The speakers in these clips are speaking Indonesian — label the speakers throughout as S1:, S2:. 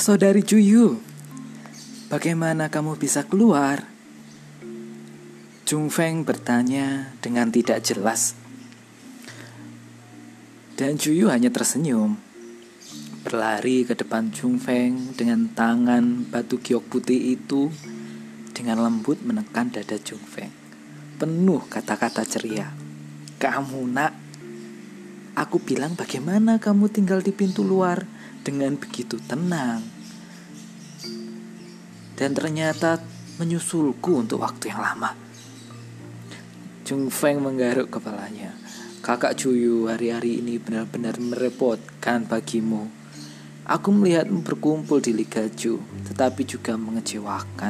S1: Saudari Juyu, bagaimana kamu bisa keluar? Jung Feng bertanya dengan tidak jelas. Dan Juyu hanya tersenyum, berlari ke depan Jung Feng dengan tangan batu giok putih itu dengan lembut menekan dada Jung Feng. Penuh kata-kata ceria. Kamu nak, aku bilang bagaimana kamu tinggal di pintu luar dengan begitu tenang. Dan ternyata menyusulku untuk waktu yang lama. Jung Feng menggaruk kepalanya. Kakak Juyu, hari-hari ini benar-benar merepotkan bagimu. Aku melihatmu berkumpul di Liga Ju, tetapi juga mengecewakan.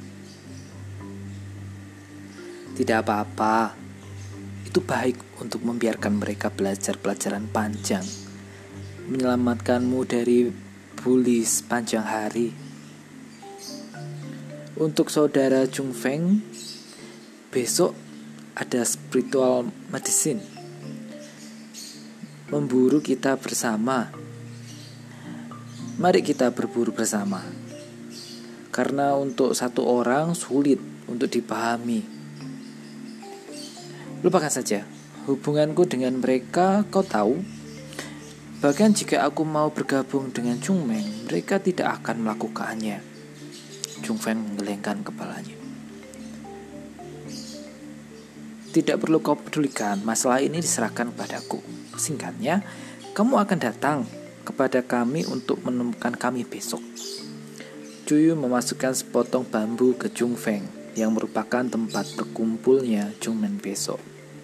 S1: Tidak apa-apa. Itu baik untuk membiarkan mereka belajar pelajaran panjang. Menyelamatkanmu dari bully sepanjang hari. Untuk saudara Jung Feng, besok ada spiritual medicine. Memburu kita bersama. Mari kita berburu bersama. Karena untuk satu orang sulit untuk dipahami. Lupakan saja hubunganku dengan mereka, kau tahu. Bahkan jika aku mau bergabung dengan Jung Meng, mereka tidak akan melakukannya. Jung Feng menggelengkan kepalanya. Tidak perlu kau pedulikan, masalah ini diserahkan padaku. Singkatnya, kamu akan datang kepada kami untuk menemukan kami besok. Juyu memasukkan sepotong bambu ke Jung Feng, yang merupakan tempat berkumpulnya Jung Meng besok.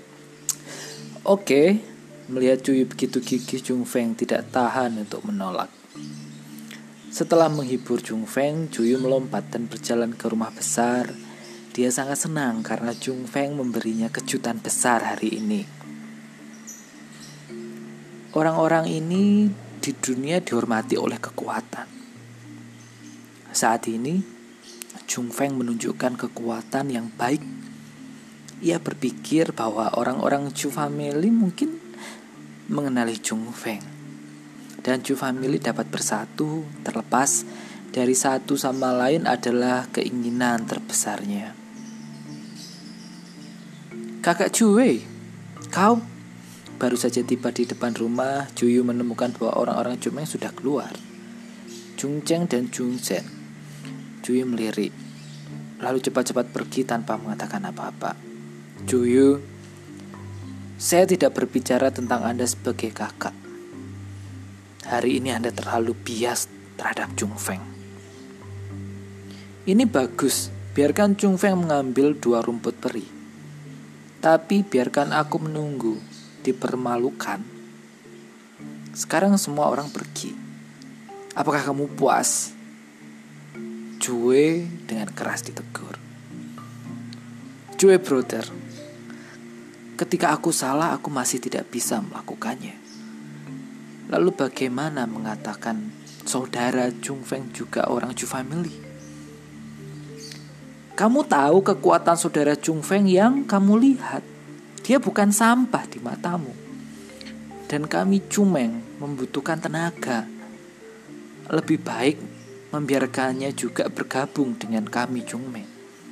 S1: Oke, melihat Juyu begitu gigih, Jung Feng tidak tahan untuk menolak. Setelah menghibur Jung Feng, Juyu melompat dan berjalan ke rumah besar. Dia sangat senang karena Jung Feng memberinya kejutan besar hari ini. Orang-orang ini di dunia dihormati oleh kekuatan. Saat ini, Jung Feng menunjukkan kekuatan yang baik. Ia berpikir bahwa orang-orang Chu Family mungkin mengenali Jung Feng. Dan Chu Family dapat bersatu, terlepas dari satu sama lain adalah keinginan terbesarnya. Kakak Juwei, kau baru saja tiba di depan rumah. Juyu menemukan bahwa orang-orang Jung Meng sudah keluar. Jung Cheng dan Jung Zhen. Juyu melirik, lalu cepat-cepat pergi tanpa mengatakan apa-apa. Juyu, saya tidak berbicara tentang Anda sebagai kakak. Hari ini Anda terlalu bias terhadap Jung Feng. Ini bagus, biarkan Jung Feng mengambil 2 rumput peri. Tapi biarkan aku menunggu, dipermalukan. Sekarang semua orang pergi. Apakah kamu puas? Jue dengan keras ditegur. Jue brother, ketika aku salah, aku masih tidak bisa melakukannya. Lalu bagaimana mengatakan saudara Jung Feng juga orang Chu Family? Kamu tahu kekuatan saudara Jung Feng yang kamu lihat. Dia bukan sampah di matamu. Dan kami Jung Meng membutuhkan tenaga. Lebih baik membiarkannya juga bergabung dengan kami Jung Meng.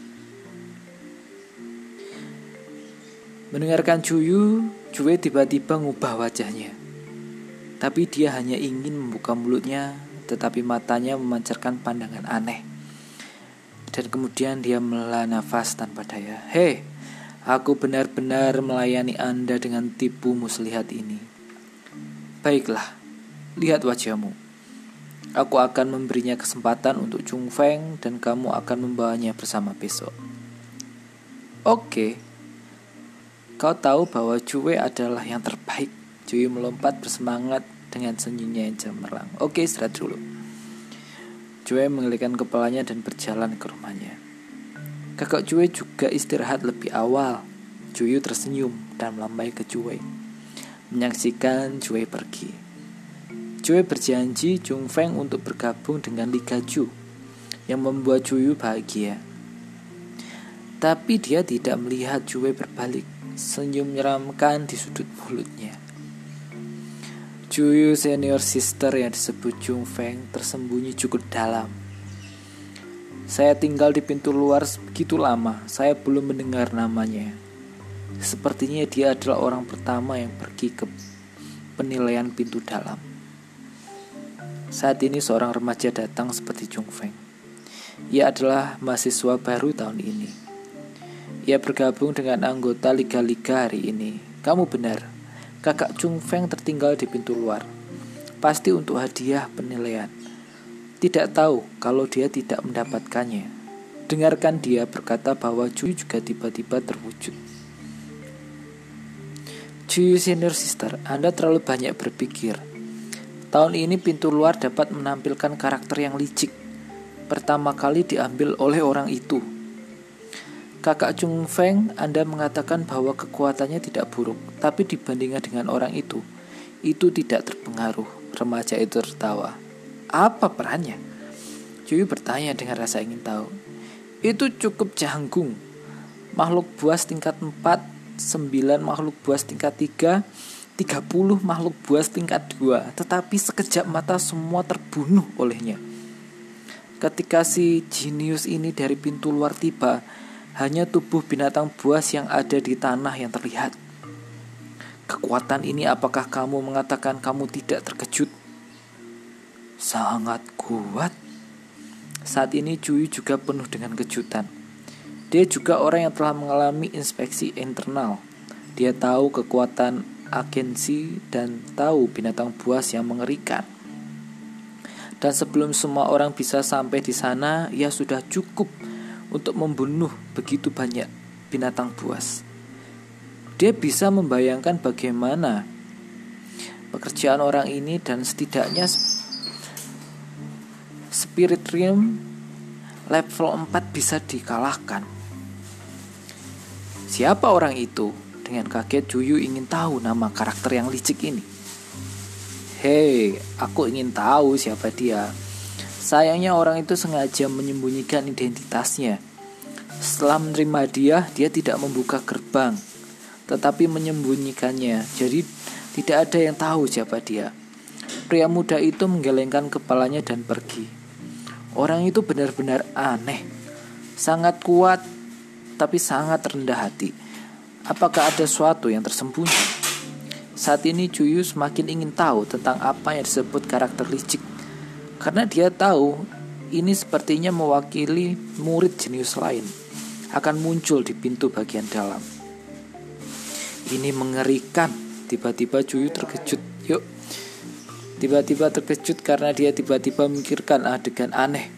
S1: Mendengarkan Juyu, Jue tiba-tiba mengubah wajahnya. Tapi dia hanya ingin membuka mulutnya, tetapi matanya memancarkan pandangan aneh. Dan kemudian dia menghela nafas tanpa daya. Hei, aku benar-benar melayani Anda dengan tipu muslihat ini. Baiklah, lihat wajahmu. Aku akan memberinya kesempatan untuk Jung Feng dan kamu akan membawanya bersama besok. Oke. Kau tahu bahwa Jue adalah yang terbaik. Juyu melompat bersemangat dengan senyumnya yang cemerlang. Oke, istirahat dulu. Jue mengelengkan kepalanya dan berjalan ke rumahnya. Kakak Jue juga istirahat lebih awal. Juyu tersenyum dan melambai ke Jue, menyaksikan Jue pergi. Jue berjanji Jung Feng untuk bergabung dengan Liga Ju, yang membuat Juyu bahagia. Tapi dia tidak melihat Jue berbalik. Senyum menyeramkan di sudut mulutnya. Juyu senior sister yang disebut Jung Feng tersembunyi cukup dalam. Saya tinggal di pintu luar begitu lama, saya belum mendengar namanya. Sepertinya dia adalah orang pertama yang pergi ke penilaian pintu dalam. Saat ini seorang remaja datang seperti Jung Feng. Ia adalah mahasiswa baru tahun ini. Ia bergabung dengan anggota liga-liga hari ini. Kamu benar, kakak Jung Feng tertinggal di pintu luar. Pasti untuk hadiah penilaian. Tidak tahu kalau dia tidak mendapatkannya. Dengarkan dia berkata bahwa Juyu juga tiba-tiba terwujud. Juyu senior sister, Anda terlalu banyak berpikir. Tahun ini pintu luar dapat menampilkan karakter yang licik. Pertama kali diambil oleh orang itu. Kakak Jung Feng, Anda mengatakan bahwa kekuatannya tidak buruk, tapi dibandingkan dengan orang itu tidak terpengaruh. Remaja itu tertawa. Apa perannya? Juyu bertanya dengan rasa ingin tahu. Itu cukup canggung. Makhluk buas tingkat 4, 9 makhluk buas tingkat 3, 30 makhluk buas tingkat 2. Tetapi sekejap mata semua terbunuh olehnya. Ketika si jenius ini dari pintu luar tiba, hanya tubuh binatang buas yang ada di tanah yang terlihat. Kekuatan ini, apakah kamu mengatakan kamu tidak terkejut? Sangat kuat. Saat ini Juyu juga penuh dengan kejutan. Dia juga orang yang telah mengalami inspeksi internal. Dia tahu kekuatan agensi dan tahu binatang buas yang mengerikan. Dan sebelum semua orang bisa sampai di sana, ia sudah cukup untuk membunuh begitu banyak binatang buas. Dia bisa membayangkan bagaimana pekerjaan orang ini dan setidaknya Spirit Realm level 4 bisa dikalahkan. Siapa orang itu? Dengan kaget Juyu ingin tahu nama karakter yang licik ini. Hei, aku ingin tahu siapa dia. Sayangnya orang itu sengaja menyembunyikan identitasnya. Setelah menerima dia tidak membuka gerbang, tetapi menyembunyikannya. Jadi tidak ada yang tahu siapa dia. Pria muda itu menggelengkan kepalanya dan pergi. Orang itu benar-benar aneh. Sangat kuat, tapi sangat rendah hati. Apakah ada sesuatu yang tersembunyi? Saat ini Juyu semakin ingin tahu tentang apa yang disebut karakter licik. Karena dia tahu ini sepertinya mewakili murid jenius lain akan muncul di pintu bagian dalam. Ini mengerikan. Tiba-tiba Juyu terkejut. Tiba-tiba terkejut karena dia tiba-tiba memikirkan adegan aneh.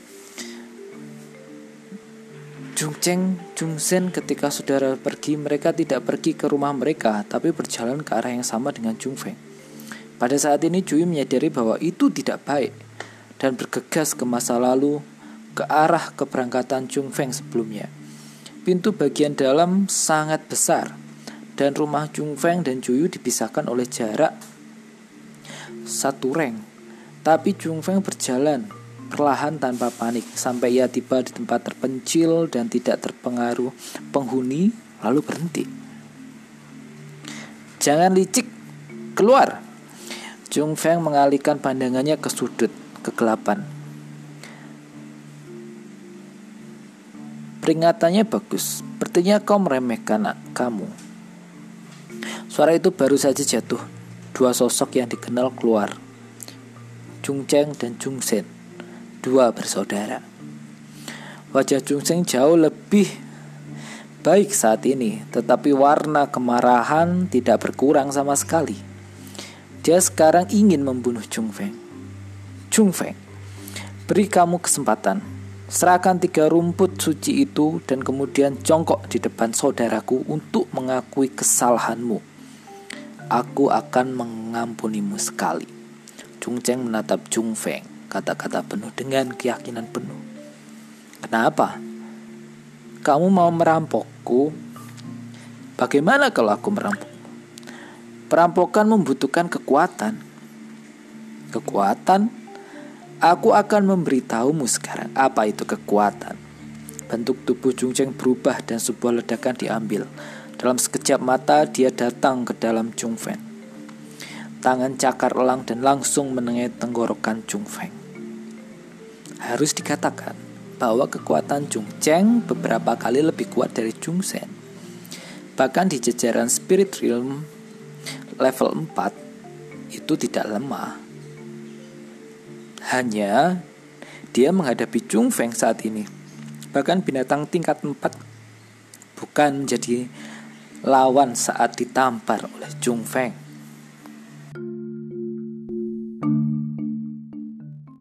S1: Jung Cheng, Jung Sen ketika saudara pergi, mereka tidak pergi ke rumah mereka, tapi berjalan ke arah yang sama dengan Jung Feng. Pada saat ini Juyu menyadari bahwa itu tidak baik dan bergegas ke masa lalu, ke arah keberangkatan Jung Feng sebelumnya. Pintu bagian dalam sangat besar dan rumah Jung Feng dan Juyu dipisahkan oleh jarak 1 reng. Tapi Jung Feng berjalan perlahan tanpa panik sampai ia tiba di tempat terpencil dan tidak terpengaruh penghuni, lalu berhenti. Jangan licik, keluar. Jung Feng mengalihkan pandangannya ke sudut kegelapan. Peringatannya bagus, sepertinya kau meremehkan kamu. Suara itu baru saja jatuh. 2 sosok yang dikenal keluar. Jung Cheng dan Jung Sen, 2 bersaudara. Wajah Jung Cheng jauh lebih baik saat ini, tetapi warna kemarahan tidak berkurang sama sekali. Dia sekarang ingin membunuh Jung Feng. Jung Feng, beri kamu kesempatan. Serahkan 3 rumput suci itu dan kemudian jongkok di depan saudaraku untuk mengakui kesalahanmu. Aku akan mengampunimu sekali. Jung Cheng menatap Jung Feng, kata-kata penuh dengan keyakinan penuh. Kenapa? Kamu mau merampokku? Bagaimana kalau aku merampok? Perampokan membutuhkan kekuatan. Kekuatan? Aku akan memberitahumu sekarang apa itu kekuatan. Bentuk tubuh Jung Cheng berubah dan sebuah ledakan diambil. Dalam sekejap mata dia datang ke dalam Jung Feng. tangan cakar elang dan langsung menengahi tenggorokan Chung Feng. Harus dikatakan bahwa kekuatan Chung Cheng beberapa kali lebih kuat dari Chung Sen. Bahkan di jajaran Spirit Realm level 4 itu tidak lemah. Hanya dia menghadapi Chung Feng saat ini. Bahkan binatang tingkat 4 bukan menjadi lawan saat ditampar oleh Chung Feng.